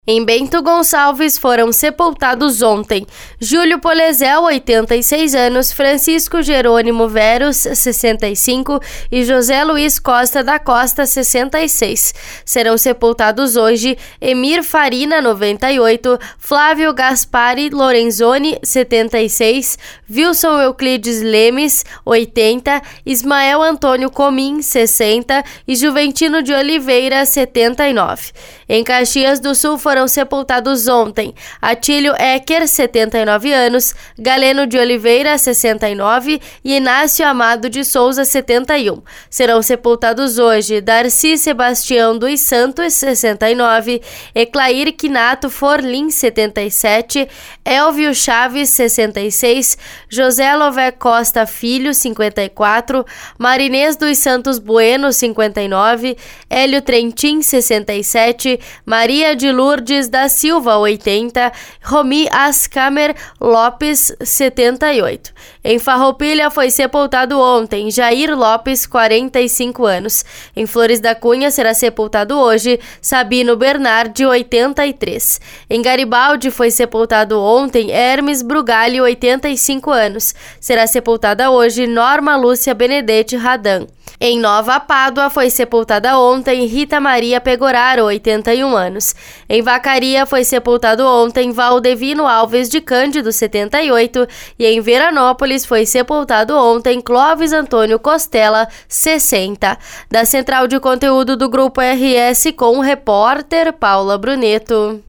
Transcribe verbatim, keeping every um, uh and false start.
Em Bento Gonçalves foram sepultados ontem Júlio Polezel, oitenta e seis anos, Francisco Jerônimo Veros, sessenta e cinco e José Luiz Costa da Costa, sessenta e seis. Serão sepultados hoje Emir Farina, noventa e oito, Flávio Gaspari Lorenzoni, setenta e seis, Wilson Euclides Lemes, oitenta, Ismael Antônio Comim, sessenta e Juventino de Oliveira, setenta e nove. Em Caxias do Sul foram sepultados ontem Atílio Ecker, setenta e nove anos, Galeno de Oliveira, sessenta e nove e Inácio Amado de Souza, setenta e um. Serão sepultados hoje Darcy Sebastião dos Santos, sessenta e nove, Eclair Quinato Forlim, setenta e sete, Elvio Chaves, sessenta e seis, José Lové Costa Filho, cinquenta e quatro, Marinês dos Santos Bueno, cinquenta e nove, Hélio Trentin, sessenta e sete, Maria de Lourdes da Silva, oitenta, Romi Ascamer Lopes, setenta e oito. Em Farroupilha foi sepultado ontem Jair Lopes, quarenta e cinco anos. Em Flores da Cunha será sepultado hoje Sabino Bernardi, oitenta e três. Em Garibaldi foi sepultado ontem Hermes Brugali, oitenta e cinco anos. Será sepultada hoje Norma Lúcia Benedetti Radan. Em Nova Pádua foi sepultada ontem Rita Maria Pegoraro, oitenta e um anos. Em Vacaria foi sepultado ontem Valdevino Alves de Cândido, setenta e oito. E em Veranópolis foi sepultado ontem Clóvis Antônio Costela, sessenta. Da Central de Conteúdo do Grupo R S com o repórter Paula Bruneto.